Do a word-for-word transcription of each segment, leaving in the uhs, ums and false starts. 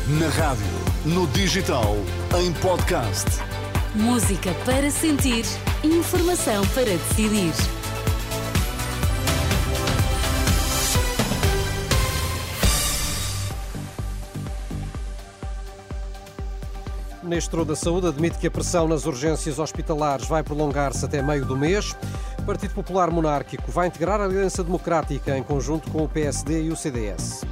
Na rádio, no digital, em podcast. Música para sentir, informação para decidir. O Ministro da Saúde admite que a pressão nas urgências hospitalares vai prolongar-se até meio do mês. O Partido Popular Monárquico vai integrar a Aliança Democrática em conjunto com o P S D e o C D S.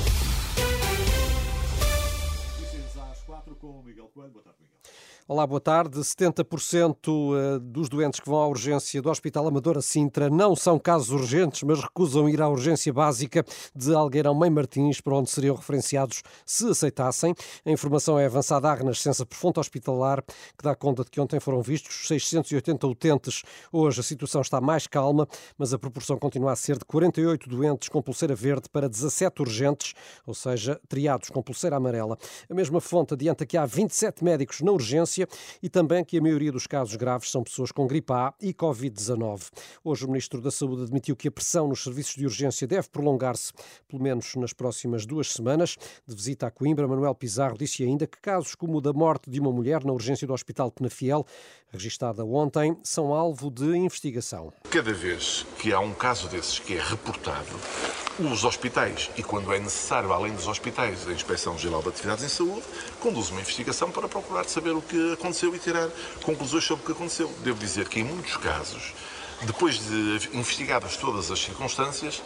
Olá, boa tarde. setenta por cento dos doentes que vão à urgência do Hospital Amadora Sintra não são casos urgentes, mas recusam ir à urgência básica de Algueirão Mãe Martins, para onde seriam referenciados se aceitassem. A informação é avançada à Renascença por fonte hospitalar, que dá conta de que ontem foram vistos seiscentos e oitenta utentes. Hoje a situação está mais calma, mas a proporção continua a ser de quarenta e oito doentes com pulseira verde para dezassete urgentes, ou seja, triados com pulseira amarela. A mesma fonte adianta que há vinte e sete médicos na urgência e também que a maioria dos casos graves são pessoas com gripe A e covid dezanove. Hoje o Ministro da Saúde admitiu que a pressão nos serviços de urgência deve prolongar-se pelo menos nas próximas duas semanas. De visita a Coimbra, Manuel Pizarro disse ainda que casos como o da morte de uma mulher na urgência do Hospital Penafiel, registada ontem, são alvo de investigação. Cada vez que há um caso desses que é reportado, os hospitais, e quando é necessário, além dos hospitais, a Inspeção-Geral de Atividades em Saúde, conduz uma investigação para procurar saber o que aconteceu e tirar conclusões sobre o que aconteceu. Devo dizer que, em muitos casos, depois de investigadas todas as circunstâncias,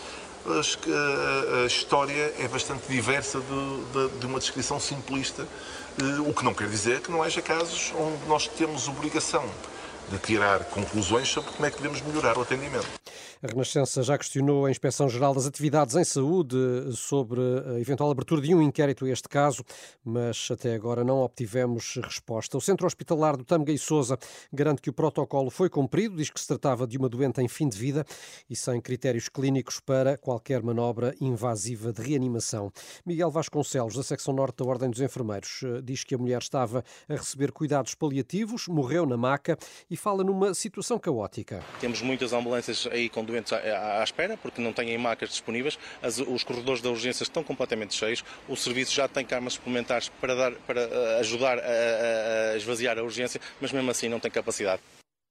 a história é bastante diversa de, de, de uma descrição simplista, o que não quer dizer que não haja casos onde nós temos obrigação de tirar conclusões sobre como é que devemos melhorar o atendimento. A Renascença já questionou a Inspeção-Geral das Atividades em Saúde sobre a eventual abertura de um inquérito a este caso, mas até agora não obtivemos resposta. O Centro Hospitalar do Tâmega e Sousa garante que o protocolo foi cumprido, diz que se tratava de uma doente em fim de vida e sem critérios clínicos para qualquer manobra invasiva de reanimação. Miguel Vasconcelos, da Secção Norte da Ordem dos Enfermeiros, diz que a mulher estava a receber cuidados paliativos, morreu na maca e fala numa situação caótica. Temos muitas ambulâncias aí com doentes à, à espera, porque não têm macas disponíveis, As, os corredores da urgência estão completamente cheios, o serviço já tem camas suplementares para, dar, para ajudar a, a, a esvaziar a urgência, mas mesmo assim não tem capacidade.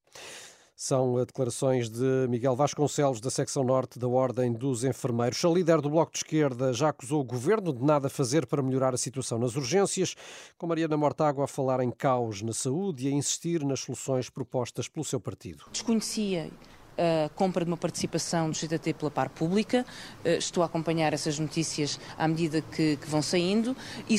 São declarações de Miguel Vasconcelos, da Secção Norte da Ordem dos Enfermeiros. A líder do Bloco de Esquerda já acusou o governo de nada fazer para melhorar a situação nas urgências, com Mariana Mortágua a falar em caos na saúde e a insistir nas soluções propostas pelo seu partido. Desconhecia a compra de uma participação do C T T pela Par Pública. Estou a acompanhar essas notícias à medida que, que vão saindo. E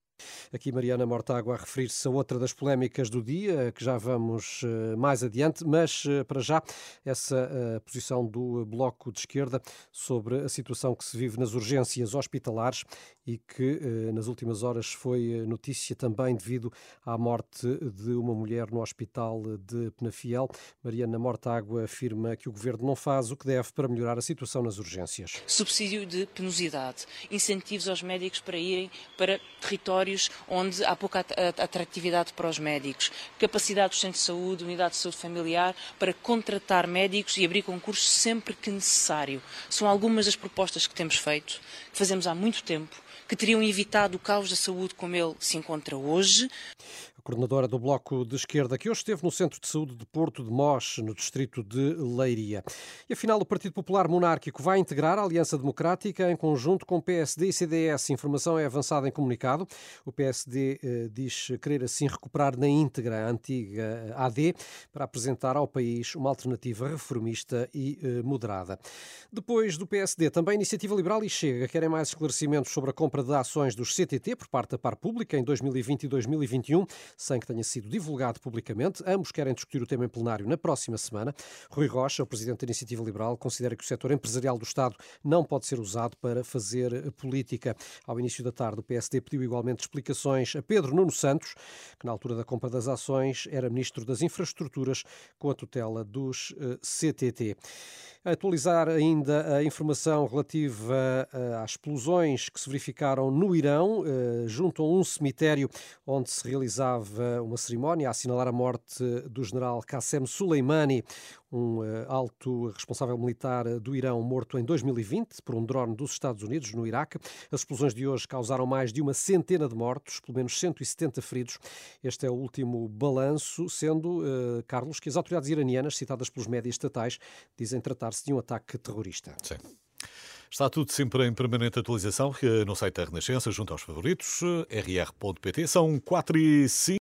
Aqui Mariana Mortágua a referir-se a outra das polémicas do dia, que já vamos mais adiante, mas para já essa posição do Bloco de Esquerda sobre a situação que se vive nas urgências hospitalares e que nas últimas horas foi notícia também devido à morte de uma mulher no Hospital de Penafiel. Mariana Mortágua afirma que o Governo não faz o que deve para melhorar a situação nas urgências. Subsídio de penosidade, incentivos aos médicos para irem para territórios onde há pouca atratividade para os médicos, capacidade dos centros de saúde, unidade de saúde familiar, para contratar médicos e abrir concursos sempre que necessário. São algumas das propostas que temos feito, que fazemos há muito tempo, que teriam evitado o caos da saúde como ele se encontra hoje. A coordenadora do Bloco de Esquerda, que hoje esteve no Centro de Saúde de Porto de Mós, no distrito de Leiria. E afinal, o Partido Popular Monárquico vai integrar a Aliança Democrática em conjunto com P S D e C D S. A informação é avançada em comunicado. O P S D eh, diz querer assim recuperar na íntegra a antiga A D para apresentar ao país uma alternativa reformista e eh, moderada. Depois do P S D, também a Iniciativa Liberal e Chega querem mais esclarecimentos sobre a compra de ações dos C T T por parte da Par Pública em dois mil e vinte e dois mil e vinte e um, sem que tenha sido divulgado publicamente. Ambos querem discutir o tema em plenário na próxima semana. Rui Rocha, o presidente da Iniciativa Liberal, considera que o setor empresarial do Estado não pode ser usado para fazer política. Ao início da tarde, o P S D pediu igualmente explicações a Pedro Nuno Santos, que na altura da compra das ações era Ministro das Infraestruturas com a tutela dos C T T. A atualizar ainda a informação relativa às explosões que se verificaram no Irão, junto a um cemitério onde se realizava realizava uma cerimónia a assinalar a morte do general Qassem Soleimani, um alto responsável militar do Irão morto em dois mil e vinte por um drone dos Estados Unidos no Iraque. As explosões de hoje causaram mais de uma centena de mortos, pelo menos cento e setenta feridos. Este é o último balanço, sendo, uh, Carlos, que as autoridades iranianas, citadas pelos médias estatais, dizem tratar-se de um ataque terrorista. Sim. Está tudo sempre em permanente atualização no site da Renascença, junto aos favoritos, r r ponto p t. São quatro e cinco.